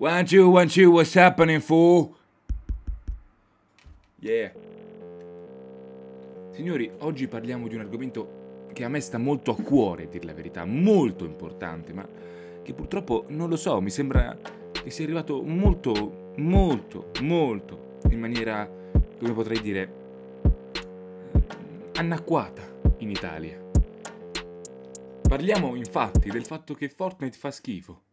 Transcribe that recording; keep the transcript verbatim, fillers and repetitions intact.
One, two, one, two, what's happening, fool? Yeah. Signori, oggi parliamo di un argomento che a me sta molto a cuore, a dir la verità, molto importante, ma che purtroppo, non lo so, mi sembra che sia arrivato molto, molto, molto, in maniera, come potrei dire, anacquata in Italia. Parliamo infatti del fatto che Fortnite fa schifo.